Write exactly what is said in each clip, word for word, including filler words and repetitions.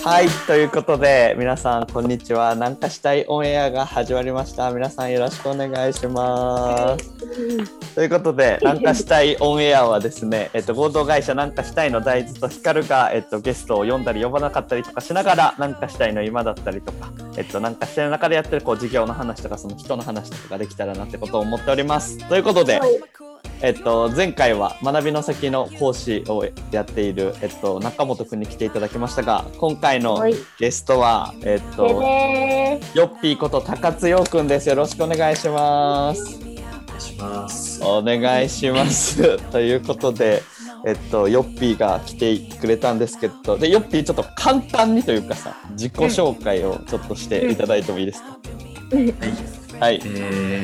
はい、ということで皆さんこんにちは。なんかしたいオンエアが始まりました。皆さんよろしくお願いします。ということで、なんかしたいオンエアはですね、えっと、合同会社なんかしたいの大豆とヒカルが、えっと、ゲストを呼んだり呼ばなかったりとかしながら、なんかしたいの今だったりとか、えっと、なんかしたいの中でやってるこう事業の話とか、その人の話とかができたらなってことを思っております。ということで、えっと、前回は学びの先の講師をやっている、えっと、中本くんに来ていただきましたが、今回のゲストは、えっと、よっぴーこと高津陽くんです。よろしくお願いします。お願いしますということで、えっと、ヨッピーが来てくれたんですけど、でヨッピーちょっと簡単にというかさ、自己紹介をちょっとしていただいてもいいですか？ はい、はい、え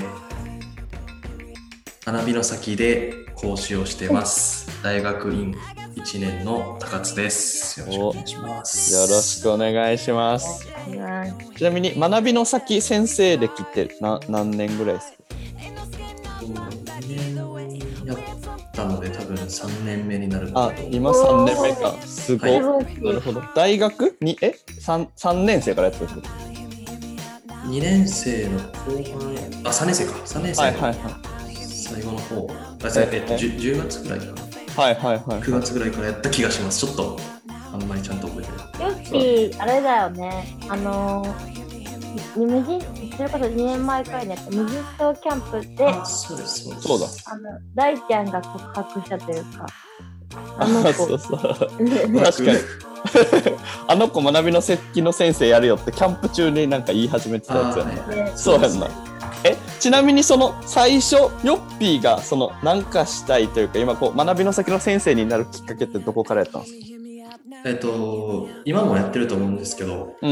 ー、学びの先で講師をしてます大学院いちねんの高津です。よろしくお願いします。 よろしくお願いします。ちなみに学びの先先生歴ってな何年ぐらいですか？ にねんやったので多分さんねんめになるの。 あ、今さんねんめか。すごい、はい、なるほど。大学にえ 3, 3年生からやってるんですか？ にねん生の後半、あ、さんねん生か。さんねん生の最後の方、はいはいはい、えっと、じゅうがつぐらいかな。 はいはいはい。 くがつぐらいからやった気がします。ちょっとあんまりちゃんと覚えてない。 よっぴー、あれだよね。あのー、無人、それこそにねんまえくらいにやった無人島キャンプで、 あ、そうです、そうです。 そうだ。 あの、大ちゃんが告白したというか、 あの子。そうそう。確かに。あの子学びの先の先生やるよってキャンプ中になんか言い始めてたやつやな、はいはい、そうやんな。え、ちなみにその最初ヨッピーがそのなんかしたいというか今こう学びの先の先生になるきっかけってどこからやったんですか？ えっと今もやってると思うんですけど、うんうん、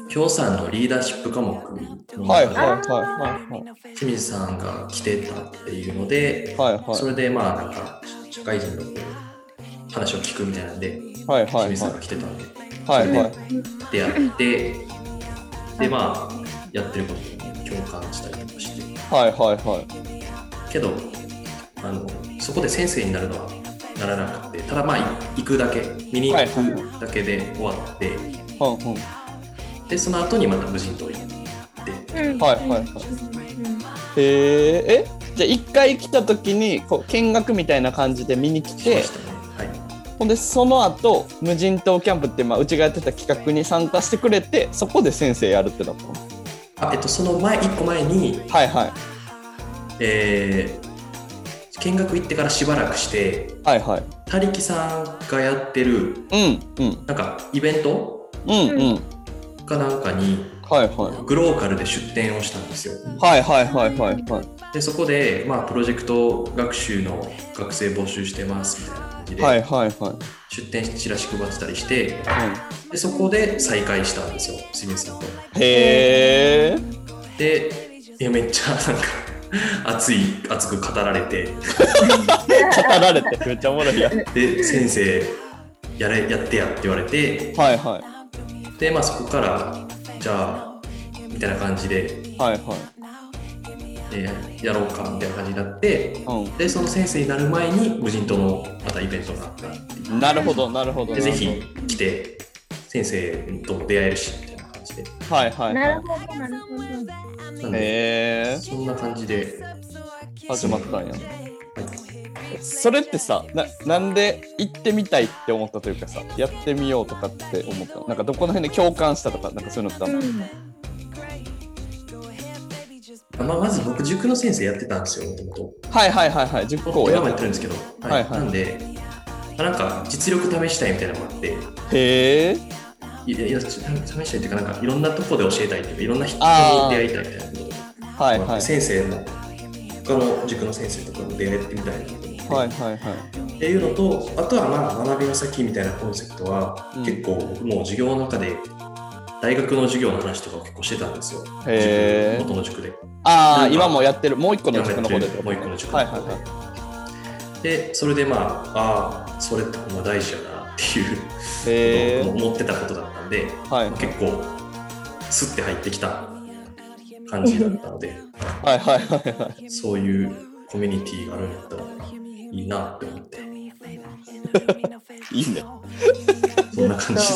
京さんのリーダーシップ科目の中で清水さんが来てたっていうので、はいはい、それでまあなんか社会人の話を聞くみたいなんで、はいはいはい、清水さんが来てたんで、はいはい、でやってでまあやってることに共感したりとかして、はいはいはい、けどあのそこで先生になるのはならなくて、ただまあ行くだけ見に行くだけで終わって、はいはい、でその後にまた無人島行って、うん、はいはいはい、 へえ、じゃあ一回来た時にこう見学みたいな感じで見に来て、ね、はい、ほんでその後無人島キャンプってまあうちがやってた企画に参加してくれて、そこで先生やるってなったの？ あ、えっとその前一個前に、はいはい、えー見学行ってからしばらくして、はいはい、他力さんがやってる、うんうん、なんかイベント、うんうん、かなんかに、はいはい、グローカルで出展をしたんですよ。はいはいはいはい、はい、でそこで、まあ、プロジェクト学習の学生募集してますみたいな感じで、はいはいはい、出展してチラシ配ってたりして、うん、でそこで再会したんですよ、清水さんと。へー。で、いやめっちゃなんか熱い熱く語られて語られてめっちゃおもろいやん。 で先生やれやってやって言われて、はいはい、でまあそこからじゃあみたいな感じで、はいはい、えー、やろうかみたいな感じになって、うん、でその先生になる前に無人島のまたイベントがあったっていう。 なるほどなるほど。 でぜひ来て先生とも出会えるしみたいな感じで、 はいはい、はい、 なるほどなるほど。 へー、 そんな感じで始まったんや、はい、それってさ な, なんで行ってみたいって思ったというかさ、やってみようとかって思った？なんかどこの辺で共感したとか、なんかそういうのってあるの？ うん、まあ、まず僕塾の先生やってたんですよ、もともと。 はいはいはいはい、塾講やってるんですけど、はいはいはい、なんで、まあ、なんか実力試したいみたいなのがあって、 へー、 いやいや試したいっていうか、なんかいろんなとこで教えたいっていうか、いろんな人に出会いたいみたいなこと、はいはい、先生も他の塾の先生とかも出会えてみたいなと思って、はいはいはい、っていうのと、あとはまあ学びの先みたいなコンセプトは、うん、結構僕も授業の中で大学の授業の話とかを結構してたんですよ。へー、元の塾で。 ああ、今もやってるもう一個の塾の方で。 もう一個の塾の方で、はいはいはい、でそれでまああそれってほんま大事やなっていうことを思ってたことだったんで、はい、結構スッて入ってきた感じだったのではいはいはいはい、そういうコミュニティがあるんだったらいいなって思っていいねそんな感じですね。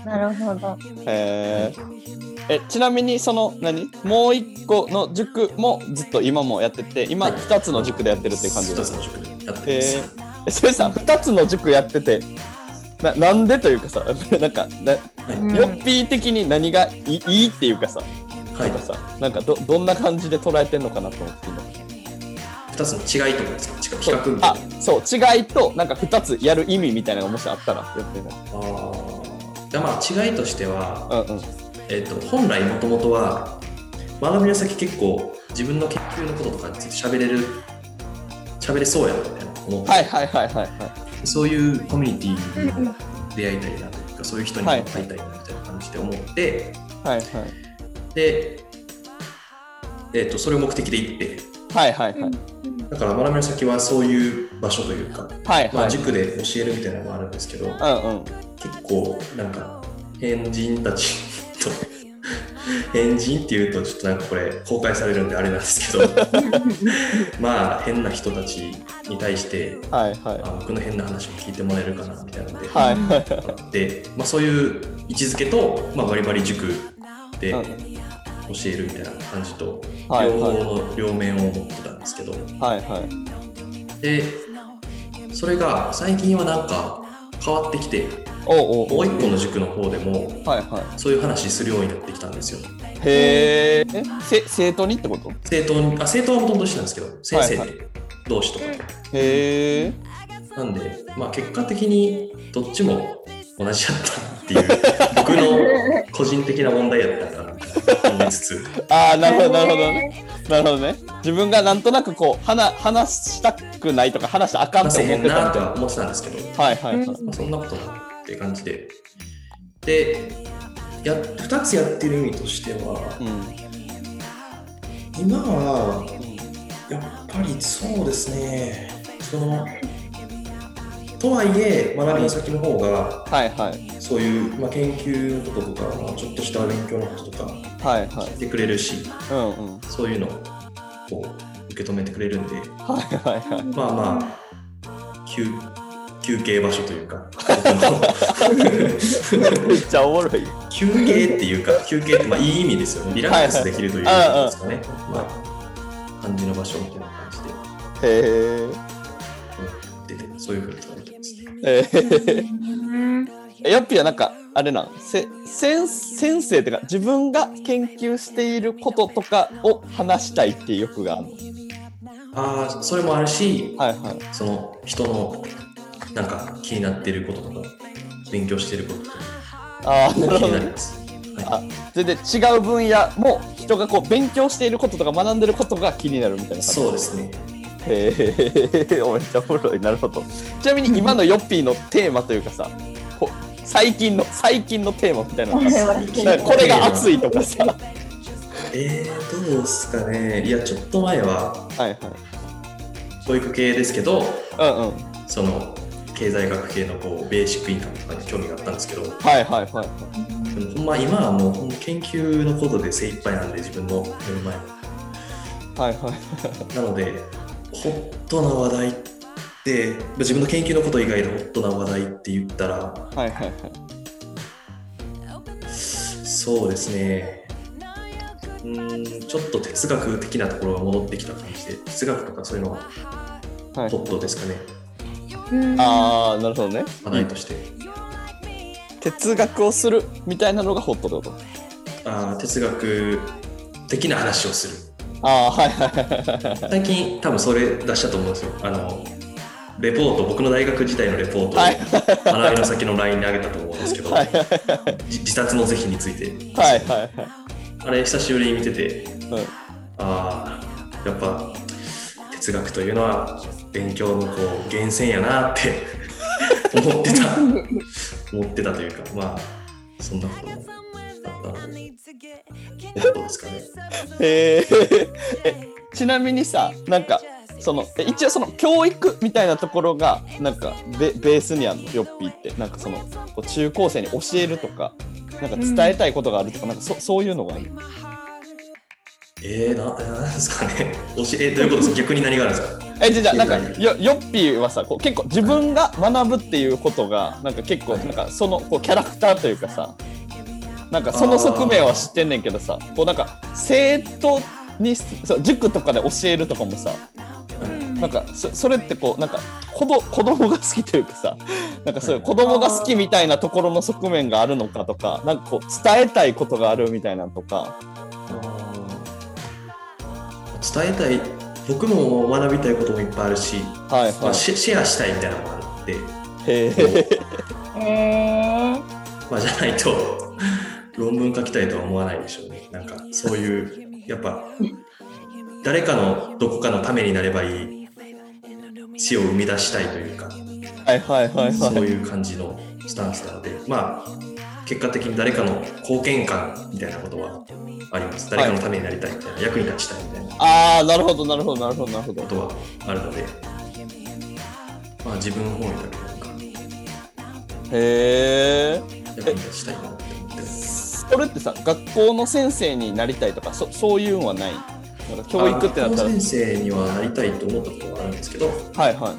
なるほど。 へえ。ちなみにその何もう一個の塾もずっと今もやってて、今ふたつの塾でやってるって感じです。ふたつの塾でやってます。 えー、それさふたつの塾やっててな, なんでというかさなんかな、はい、ヨッピー的に何がい い, いいっていうかさ、はい、なんかさなんか ど, どんな感じで捉えてんのかなと思って今ふたつの違いとかですか？比較みたいな。 あ、そう違いとなんかふたつやる意味みたいなのがもしあったらやってみます。 ああ、まあ違いとしては、うんうん、えっと本来もともとは学びの先結構自分の研究のこととかについて喋れる喋れそうやなみたいな思って、 はいはいはいはいはい。 そういうコミュニティに出会いたいなというか、そういう人に会いたいなみたいな感じで思って、はいはい、で、えーと、それを目的で行って、 はいはいはい、 だから学びの先はそういう場所というか、はいはい、まあ、塾で教えるみたいなのもあるんですけど、うんうん、結構なんか変人たちと変人っていうとちょっとなんかこれ公開されるんであれなんですけどまあ変な人たちに対して、はいはい、あ僕の変な話を聞いてもらえるかなみたいなので、はいはい、で、まあ、そういう位置づけと、まあ、バリバリ塾で教えるみたいな感じと、はいはい、両方の両面を持ってたんですけど、はいはい、でそれが最近はなんか変わってきて、おうおうもう一個の塾の方でも、はいはい、そういう話するようになってきたんですよ。 へえ。生徒にってこと？ 生徒に、あ、生徒はほとんど一緒なんですけど、先生同士とか。はいはい、へえ。なんで、まあ結果的にどっちも同じやったっていう僕の個人的な問題やったから思いつつ。 ああ、なるほどなるほどね。なるほどね。自分がなんとなくこう話話したくないとか話したらあかんと思ってたなとは思ってたんですけど、はいはいはい。まあ、そんなことないって感じで。で、やふたつやってる意味としては、うん、今はやっぱりそうですね。そのとはいえ学びの先の方が、はいはい、そういう、まあ、研究のこととか、まあ、ちょっとした勉強のこととか聞いてくれるし、はいはい、そういうのをこう受け止めてくれるんで、はいはいはい、まあまあ 休, 休憩場所というかめっちゃおもろい休憩っていうか休憩ってまあいい意味ですよね。リラックスできるということですかね、はいはい、まあ、感じの場所みたいな感じで、へー、そういうふうに捉えてますね。えー、ヨッピーはなんかあれなんせ先先生とか自分が研究していることとかを話したいっていう欲があるの？ ああ、それもあるし、はいはい、その人のなんか気になっていることとか勉強していることとかあ気になります。はい、 あ、全然違う分野も人がこう勉強していることとか学んでいることが気になるみたいな。 そうですね。 へえ、めっちゃおもろい。なるほど。ちなみに今のヨッピーのテーマというかさ、最近の最近のテーマみたいなのがこれが熱いとかさ。 えー、どうですかね。いや、ちょっと前は、はいはい、教育系ですけど、うんうん、その経済学系のこうベーシックインカムとかに興味があったんですけど、はいはいはい、でもほんま今はもう研究のことで精一杯なんで、自分の目の前はいはいなのでホットな話題って自分の研究のこと以外でホットな話題って言ったら、はいはいはい、そうですね、うーん、ちょっと哲学的なところが戻ってきた感じで、哲学とかそういうのはホットですかね。 はい、ああ、なるほどね。 話題として、 哲学をするみたいなのがホットってこと？ ああ、哲学的な話をする。 ああ、はいはいはい。 最近多分それ出したと思うんですよ。あのレポート、僕の大学時代のレポートを学びの先の ライン に上げたと思うんですけど、はいはいはい、自殺の是非について、はいはいはい、あれ久しぶりに見てて、うん、ああ、やっぱ哲学というのは勉強のこう源泉やなって思ってた思ってたというか、まあそんなこともあったので、どうですかね。 えー、ちなみにさ、なんかその一応その教育みたいなところがなんか ベ, ベースにあるの、ヨッピーって。なんかその中高生に教えるとか、なんか伝えたいことがあるとか、うん、なんか そ, そういうのがある。 えー、な、なんですかね。教え、どういうことですか？逆に何があるんですか？ えじゃあなんかよよっぴーはさこう結構自分が学ぶっていうことがなんか結構なんかそのこうキャラクターというかさなんかその側面は知ってんねんけどさこうなんか生徒にそう塾とかで教えるとかもさなんか そ, それってこうなんか子ど子供が好きというかさなんかそういう子供が好きみたいなところの側面があるのかとかなんかこう伝えたいことがあるみたいなとか伝えたい僕も学びたいこともいっぱいあるし、はいはいまあ、シ, シェアしたいみたいなのもあって、へえ、まあ、じゃないと論文書きたいとは思わないでしょうね。なんかそういうやっぱ誰かのどこかのためになればいい詩を生み出したいというか、はいはいはいはい、そういう感じのスタンスなので、まあ結果的に誰かの貢献感みたいなことはあります。誰かのためになりたいみたいな、はい、役に立ちたいみたいな。ああ、なるほどなるほどなるほどなるほど。ことはあるので、まあ自分本位だけなんか。へえ。役に立ちたいなって思ってます。 それってさ、学校の先生になりたいとか、そそういうのはない？なんか教育ってなったら。 先生にはなりたいと思ったことがあるんですけど、はいはい。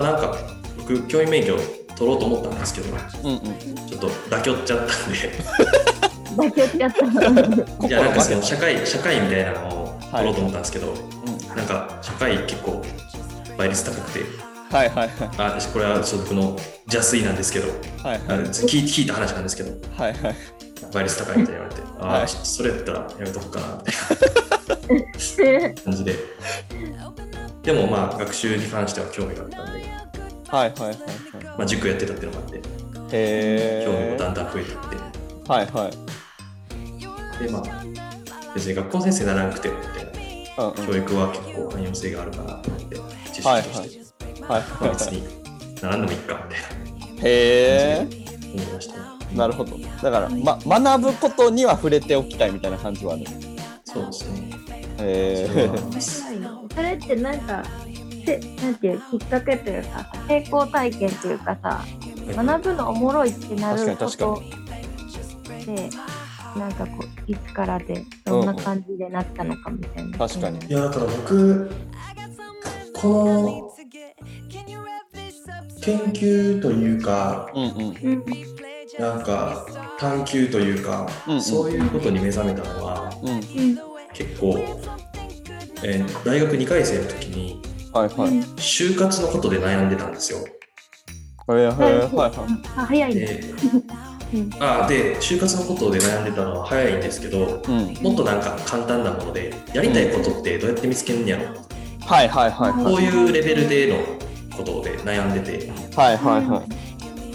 なんか僕教員免許取ろうと思ったんですけど、うんうん、ちょっと妥協っちゃったんで。妥協っちゃった。いやなんかその社会社会みたいなのを取ろうと思ったんですけど、はいうん、なんか社会結構倍率高くて、はいはいはい。あ私これはちょっと僕の邪推なんですけど、はいはい、聞, 聞いた話なんですけど、はいはい。倍率高いみたいに言われて、ああ、はい、それやったらやめとくかなみたいな感じで。でもまあ学習に関しては興味があったんで、はいはいはいはい。まあ塾やってたっていうのもあって、へ興味もだんだん増えていって、はいはい。でまあ別に学校の先生にならなくてもみたいな、うんうん、教育は結構汎用性があるかなと思って知識として、はいはいはいまあ、別にならんでもいいかみたいな。へー。思いましたね。 なるほど。だから、ま、学ぶことには触れておきたいみたいな感じはある。 そうですね。 へー。 それってなんかなんていうきっかけというか成功体験というかさ、学ぶのおもろいってなることでなんかこういつからでどんな感じでなったのかみたいな、うん、 確かに。 いやだから僕この研究というか、うんうん、なんか探求というか、うんうん、そういうことに目覚めたのは、うん、結構、えー、大学にかい生の時に、はいはい、就活のことで悩んでたんですよ。 はいはいはいはい。 あ、早いね。 で、あで就活のことで悩んでたのは早いんですけど、うん、もっとなんか簡単なものでやりたいことってどうやって見つけるんやろう、うん、はいはいはい、はい、こういうレベルでのことで悩んでて、はいはいはい。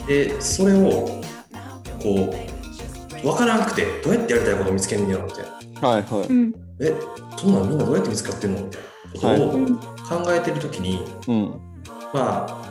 でそれをこう分からなくてどうやってやりたいことを見つけるんやろうみたいな、はいはい。えそんなんみんなどうやって見つかってんのみたいなことを考えてるときに、うん、まあ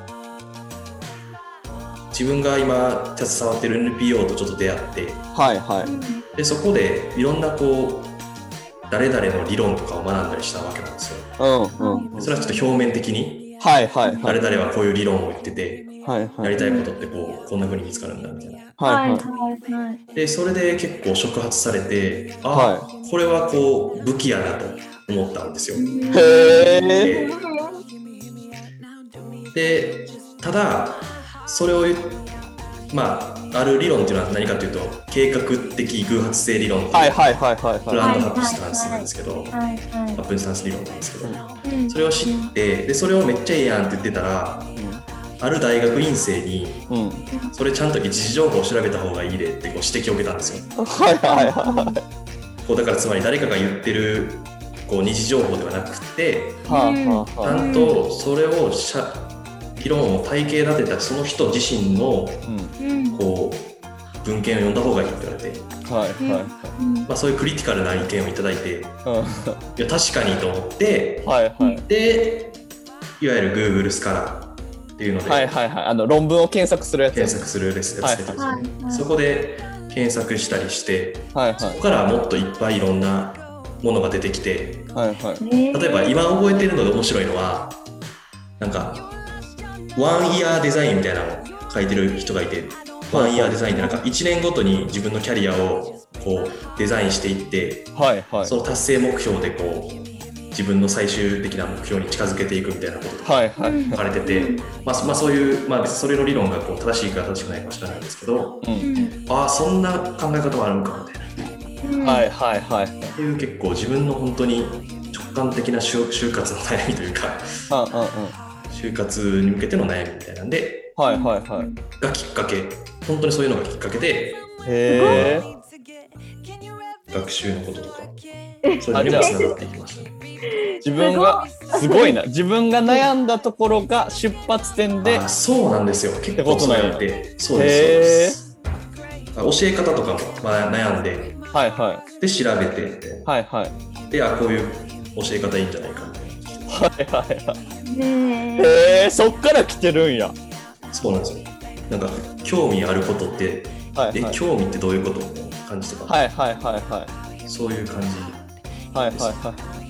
自分が今携わってる エヌピーオー とちょっと出会って、はいはい、でそこでいろんなこう誰々の理論とかを学んだりしたわけなんですよ、うんうん、それはちょっと表面的に、はいはいはい、誰々はこういう理論を言ってて、はいはい、やりたいことってこうこんな風に見つかるんだみたいな、はいはい、でそれで結構触発されて、あ、はい、これはこう武器やなと思ったんですよ。へー。でただそれをまあある理論っていうのは何かというと計画的偶発性理論っていうプランドハップスタンスなんですけど、ハップンスタンス理論なんですけど、うん、それを知ってでそれをめっちゃいいやんって言ってたら、うん、ある大学院生に、うん、それちゃんと一時情報を調べた方がいいでってこう指摘を受けたんですよ。はいはいはい。こうだからつまり誰かが言ってるこう二次情報ではなくて、うん、ちゃんとそれをしゃ議論を体系立てたその人自身の、うん、こう文献を読んだ方がいいって言われて、はいはいはい、まあ、そういうクリティカルな意見をいただいて、うん、いや確かにと思って、はいはい、でいわゆる Google スカラーっていうので、はいはいはい、あの論文を検索するやつ検索するやつですね、はいはいはい、そこで検索したりして、はいはい、そこからもっといっぱいいろんなものが出てきて、はいはい、例えば今覚えてるので面白いのはなんかワンイヤーデザインみたいなのを書いてる人がいて、ワンイヤーデザインでなんかいちねんごとに自分のキャリアをこうデザインしていって、はいはい、その達成目標でこう自分の最終的な目標に近づけていくみたいなことがはいはい書かれてて、まあまあ、そういう、まあ、それの理論がこう正しいか正しくないか知らないんですけど、うん、ああそんな考え方もあるんかみたいな。 はいはいはい。 っていう結構自分の本当に直感的な就活の悩みというか、うんうんうん、就活に向けての悩みみたいなんで、 はいはいはい、 がきっかけ、本当にそういうのがきっかけで、 へー、 学習のこととか、そういうのにもつながっていきましたね。 自分がすごいな、自分が悩んだところが出発点で、 あ、そうなんですよ。結構そうやって、そうですそうです。教え方とかも、まあ、悩んで、 はいはい、 で調べて、 はいはい、 で、あ、こういう教え方いいんじゃないかみたいな。 はいはいはい。へえー、そっから来てるんや。 そうなんですよ。なんか興味あることって、はいはい、え興味ってどういうことみたいな感じとか、 はいはいはいはい、 そういう感じ。 はいはいはい。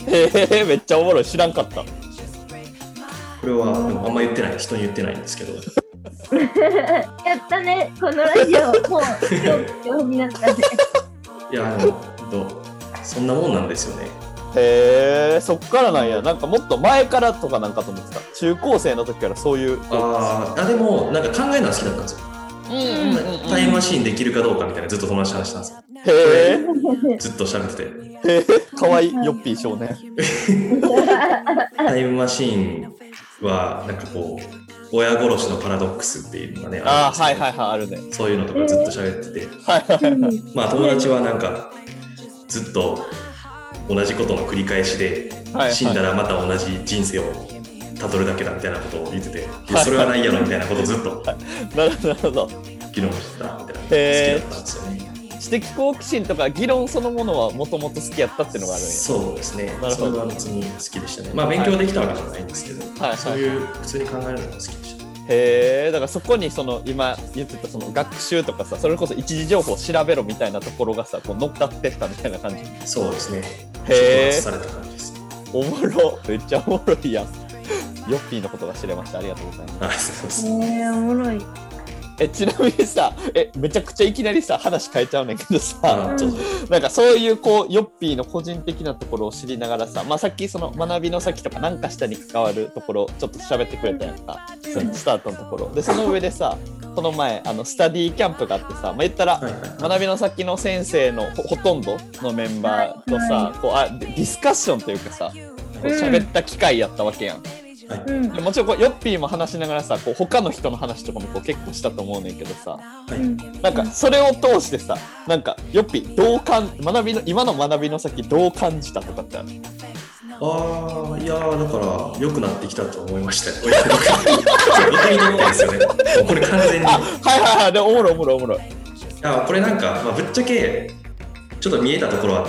へえー、めっちゃおもろい、知らんかった。これはでもあんま言ってない、人に言ってないんですけど。 やったね、このラジオもう興味になったね。 いや、でもどうそんなもんなんですよね。 へえ、そっからなんや。なんかもっと前からとかなんかと思ってた。中高生の時からそういう。 ああ、でもなんか考えるのは好きだったんですよ。うんうんうん、タイムマシーンできるかどうかみたいなずっと友達と話したんですよ。 へえ。ずっと喋ってて。 へえ、かわいいヨッピー少年。 タイムマシーンはなんかこう親殺しのパラドックスっていうのがね、 ああ、はいはいはい、あるね。 そういうのとかずっと喋ってて、まあ友達はなんかずっと同じことの繰り返しで、はいはい、死んだらまた同じ人生をたどるだけだみたいなことを言ってて、はい、それはないやろみたいなことをずっとなるほど議論してたみたいな、好きだったんですよね。 知的好奇心とか議論そのものはもともと好きやったっていうのがあるんや。 そうですね。それは別に好きでしたね。まあ勉強できたわけじゃないんですけど、はい、そういう普通に考えるのが好きでした。 へえ、だからそこにその今言ってたその学習とかさ、それこそ一時情報を調べろみたいなところがさ、こう乗っかってったみたいな感じ。 そうですね。 へえ。 触発された感じです。 おもろ、めっちゃおもろいやん。ヨッピーのことが知れました。ありがとうございます。 あ、そうです。 えー、おもろい。 え、ちなみにさ、え、めちゃくちゃいきなりさ、話変えちゃうねんけどさ、なんかそういうこう、ヨッピーの個人的なところを知りながらさ、まあさっきその学びの先とか何か下に関わるところ、ちょっと喋ってくれたやんか、そのスタートのところ。で、その上でさ、この前、あの、スタディキャンプがあってさ、まあ言ったら、学びの先の先生の ほ, ほとんどのメンバーとさ、こうあディスカッションというかさ、こう喋った機会やったわけやん。はい、もちろんこうヨッピーも話しながらさ、こう他の人の話とかもこう結構したと思うねんけどさ、はい、なんかそれを通してさ、なんかヨッピーどうかん学びの今の学びの先どう感じたとかってある？ ああ、いやーだから良くなってきたと思いましたよ。僕にとってですよね。これ完全に。 はいはいはい、でおもろいおもろいおもろい。 あ、これなんか、まあ、ぶっちゃけちょっと見えたところあって、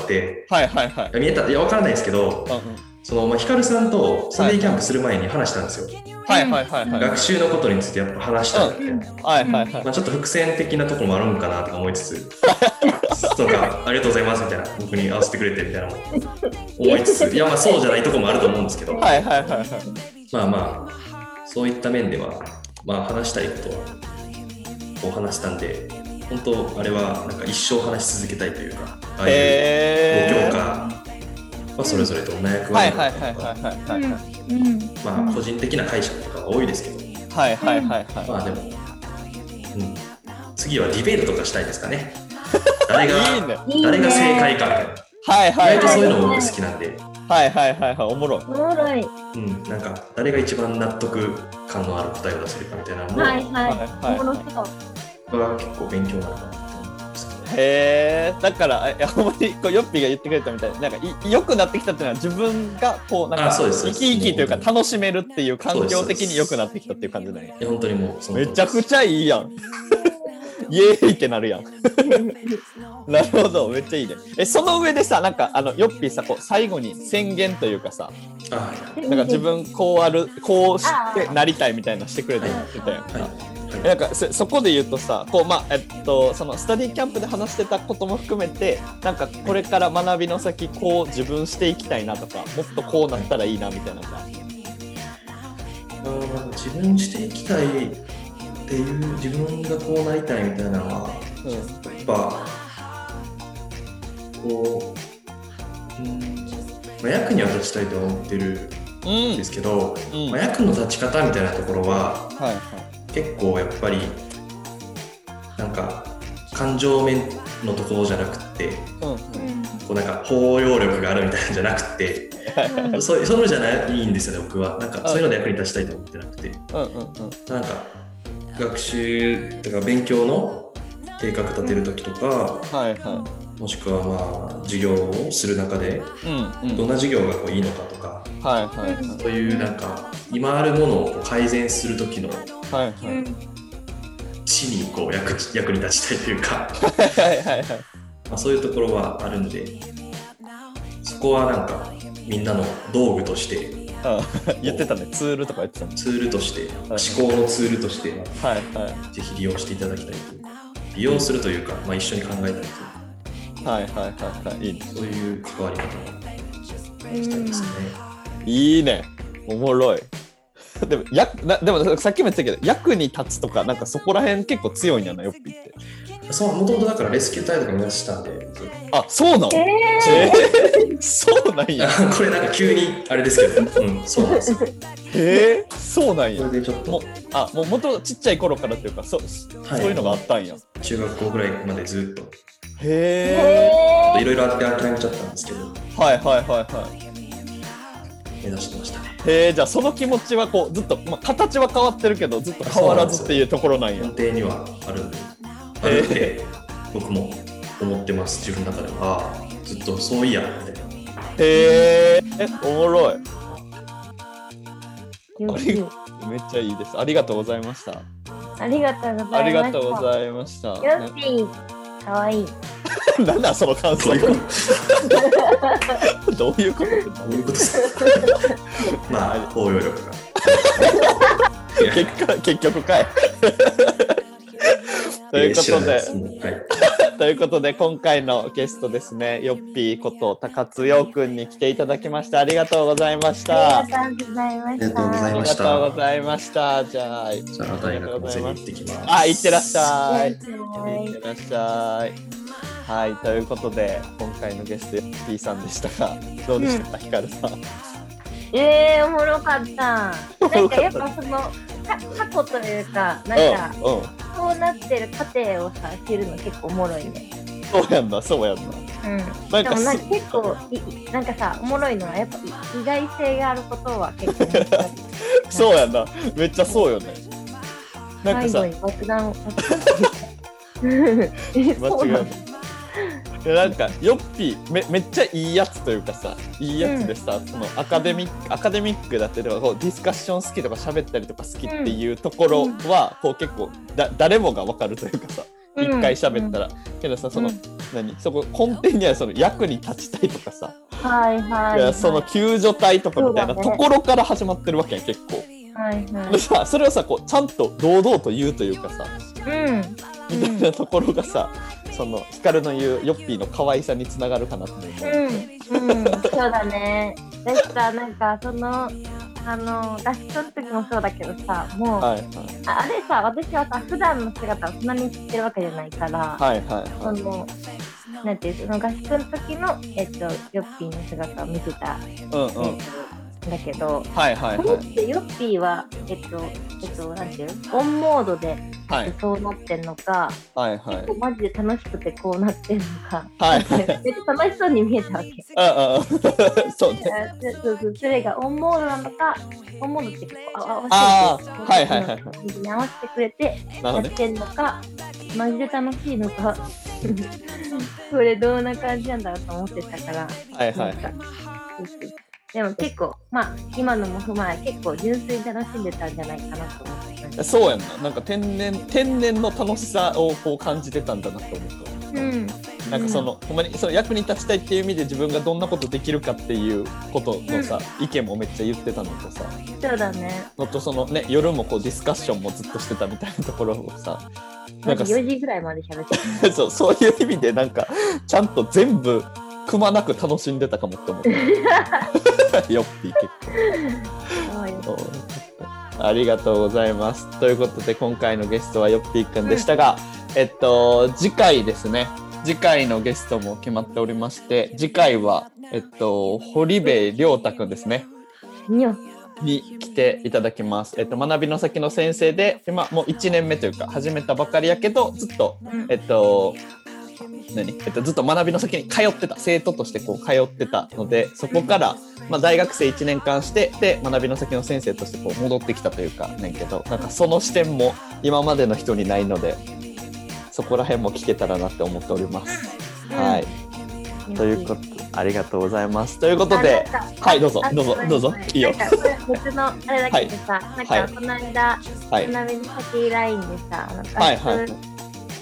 はいはいはい。 見えたいやわからないですけど。うんうん、そのまあ、ヒカルさんとスタディキャンプする前に話したんですよ。 はいはいはいはい。 学習のことについてやっぱ話したいみたいな。うん、 はいはいはい。 まあちょっと伏線的なところもあるんかなとか思いつつ、とかありがとうございますみたいな、僕に合わせてくれてみたいなのも思いつつ、いやまあそうじゃないところもあると思うんですけど、 はいはいはいはい。 まあまあそういった面ではまあ話したいことを話したんで、本当あれはなんか一生話し続けたいというか、ああいうご教科まあ、それぞれどんな役割なのかとか、まあ個人的な解釈とかが多いですけど、 はいはいはいはい。 まあでも、うん、次はディベートとかしたいですかね。誰がいい、ね、誰が正解かみたいな。 はいはいはい。 意外とそういうの僕好きなんで。 はいはいはいはい、おもろい。 おもろい。 うん、なんか誰が一番納得感のある答えを出せるかみたいなのも、 はいはい。おもろそう。 これは結構勉強になるかな。 へー、だからいやほんまにこうヨッピーが言ってくれたみたいになんかい良くなってきたっていうのは自分がこうなんか生き生きというか楽しめるっていう環境的に良くなってきたっていう感じだね。 いや本当にもうめちゃくちゃいいやん。イエーイってなるやん。なるほど、めっちゃいいね。えその上でさ、なんかあのヨッピーさこう最後に宣言というかさ、あなんか自分こうあるこうしてなりたいみたいなしてくれてたやんか。はいなんか そ, そこで言うとさこう、まあえっと、そのスタディキャンプで話してたことも含めてなんかこれから学びの先こう自分していきたいなとかもっとこうなったらいいなみたいなのが、 うん、自分していきたいっていう自分がこうなりたいみたいなのは、うん、やっぱこう、うん、 まあ、役には立ちたいと思ってるんですけど、うんうんまあ、役の立ち方みたいなところは、はいはい、結構やっぱりなんか感情面のところじゃなくて、うんうん、こうなんか包容力があるみたいなんじゃなくて、うん、そういうのじゃないんですよね僕は。なんかそういうので役に立ちたいと思ってなくて、うんうんうん、なんか学習とか勉強の計画立てる時とか、はいはい、もしくはまあ授業をする中で、うんうん、どんな授業がこういいのかとか、はいはいはい、そういうなんか今あるものを改善する時の、はいはい、地にこう 役, 役に立ちたいというかはいはい、はいまあ、そういうところはあるんで、そこはなんかみんなの道具としてああ言ってたね、ツールとか言ってたね。 ツールとして、はい、思考のツールとして、はいはい、ぜひ利用していただきたいというか、利用するというか、まあ、一緒に考えたいというか、はいはいはいはい、いいね。そういう関わり方をしたいですね。 いいね、おもろい。でもやなでもさっきも言ったけど、役に立つとかなんかそこら辺結構強いんやな、ヨッピーって。 そう、もともとだからレスキュー隊とか目指したんで。 あ、そうなの？えー、そうなんや。 これなんか急にあれですけど、うん、そうなんですよ。 へえー、そうなんや。 それでちょっともあ、もう元ちっちゃい頃からというか、そ、はい、そういうのがあったんや。 中学校ぐらいまでずっと。 へえ。いろいろあって諦めちゃったんですけど。 はいはいはいはい。 目指してましたね。 へえ、じゃあその気持ちはこうずっと、まあ、形は変わってるけどずっと変わらずっていうところなんや。 根底にはあるんで、あるって僕も思ってます。自分の中ではあずっとそういやみたいな。 へえ、おもろい。めっちゃいいです。ありがとうございました。 ありがとうございました。 ありがとうございました。 ヨッピーかわいい。 なんだその感想。どういうこと？ どういうことですか？まあ包容力が。 結果結局かい。ということで、はい、ということで今回のゲストですね、ヨッピーこと高津陽くんに来ていただきました。ありがとうございました。 ありがとうございました。ありがとうございました。 ありがとうございました。じゃあ、 じゃあ大学も全部行ってきます。 あ、行ってらっしゃい。行ってらっしゃい。はい、ということで今回のゲストヨッピーさんでしたが、どうでしたか、ひかるさん。 えー、おもろかった。なんかやっぱその過去というか、なんか、うんうん、こうなってる過程をさ知るの結構おもろいね。 そうやんな、そうやんな。 うん。なんかでもなんか結構いなんかさおもろいのはやっぱ意外性があることは結構面白い。 そうやんな、めっちゃそうよね。 なんかさ、最後に爆弾を間違いない。でなんかヨッピー め, めっちゃいいやつというかさ、いいやつでさ、うん、そのアカデミックアカデミックだったりとかこうディスカッション好きとか喋ったりとか好きっていうところは、うん、こう結構だ誰もが分かるというかさ、うん、一回喋ったら、うん、けどさその、うん、何そこ根底にはその役に立ちたいとかさ、 はいはい、 いやその救助隊とかみたいなところから始まってるわけや結構。はいはい、でさそれをさこうちゃんと堂々と言うというかさ、うんみたいなところがさ、そのヒカルの言うヨッピーの可愛さにつながるかなと思う。 うん、うん、そうだね。だからなんかそのあの合宿の時もそうだけどさ、もう、はいはい、あ, あれさ私はさ普段の姿をそんなに知ってるわけじゃないから、はいはいはい、そのなんていうその合宿の時のえっとヨッピーの姿を見てた。うんうんえっとだけど、はいはいはい、これってヨッピーはえっとえっとなんていうオンモードで、はい、そうなってんのか、はいはい、結構マジで楽しくてこうなってんのか、はいはい、めっちゃ楽しそうに見えたわけ。ああそうね。そうそうそれがオンモードなのか、オンモードって結構合わせてはいはいはいに合わせてくれてやってんのか、マジで楽しいのか、これどんな感じなんだろうと思ってたから、はいはいはい。でも結構まあ今のも踏まえ結構純粋に楽しんでたんじゃないかなと思って。 そうやんな、なんか天然天然の楽しさをこう感じてたんだなと思った。うん。なんかその、うん、ほんまにその役に立ちたいっていう意味で自分がどんなことできるかっていうことのさ、うん、意見もめっちゃ言ってたのとさ。 そうだね。 のとそのね夜もこうディスカッションもずっとしてたみたいなところをさ。 なんかよじぐらいまで喋ってた。 そうそういう意味でなんかちゃんと全部くまなく楽しんでたかもって思ってヨッピー結構ありがとうございます。ということで今回のゲストはヨッピーくんでしたが、うん、えっと次回ですね次回のゲストも決まっておりまして、次回は、えっと、堀部亮太くんですね。 にょに来ていただきます。えっと、学びの先の先生で、今もういちねんめというか始めたばかりやけど、ずっと、えっと、何えっと、ずっと学びの先に通ってた、生徒としてこう通ってたので、そこから、まあ、大学生いちねんかんして、で、学びの先の先生としてこう戻ってきたというかねんけど、なんかその視点も今までの人にないので、そこら辺も聞けたらなって思っております。うん、はい。ということで、ありがとうございます。ということで、はい、どうぞ、どうぞ、どうぞ、いいよ。 別のあれだけどさ、はい、なんかこの間、はい、学びの先ラインでさ、はいはい、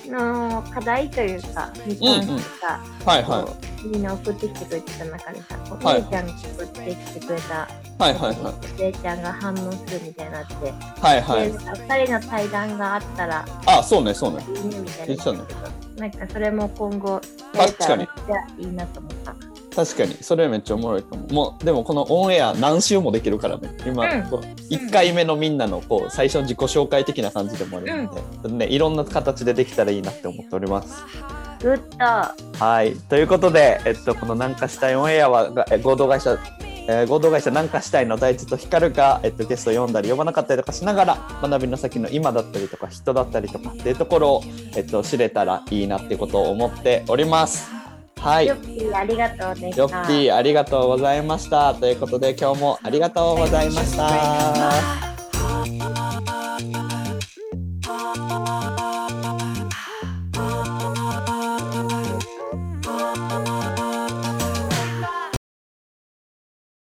の課題というか、に関してさ、うんうん、はいはい、みんな送ってきてくれてた中でさ、お姉ちゃんが送ってきてくれた、はいはいはい、お姉ちゃんが反応するみたいになって、はいはい、でふたりの対談があったら、 あ、そうねそうね、 いいねみたいな、なんかそれも今後やれたらめっちゃいいなと思った。 確かにそれめっちゃおもろいかも。もうでもこのオンエア何週もできるからね。今、うん、こういっかいめのみんなのこう最初の自己紹介的な感じでもあるので、うんね、いろんな形でできたらいいなって思っております。 グッド。 はい、ということで、えっと、このなんかしたいオンエアは合同会社えー、合同会社なんかしたいの大地と光が、えっと、ゲストを呼んだり呼ばなかったりとかしながら学びの先の今だったりとか人だったりとかっていうところを、えっと、知れたらいいなっていうことを思っております。はい、 ヨッピーありがとうでした。 ヨッピーありがとうございました。ということで今日もありがとうございました。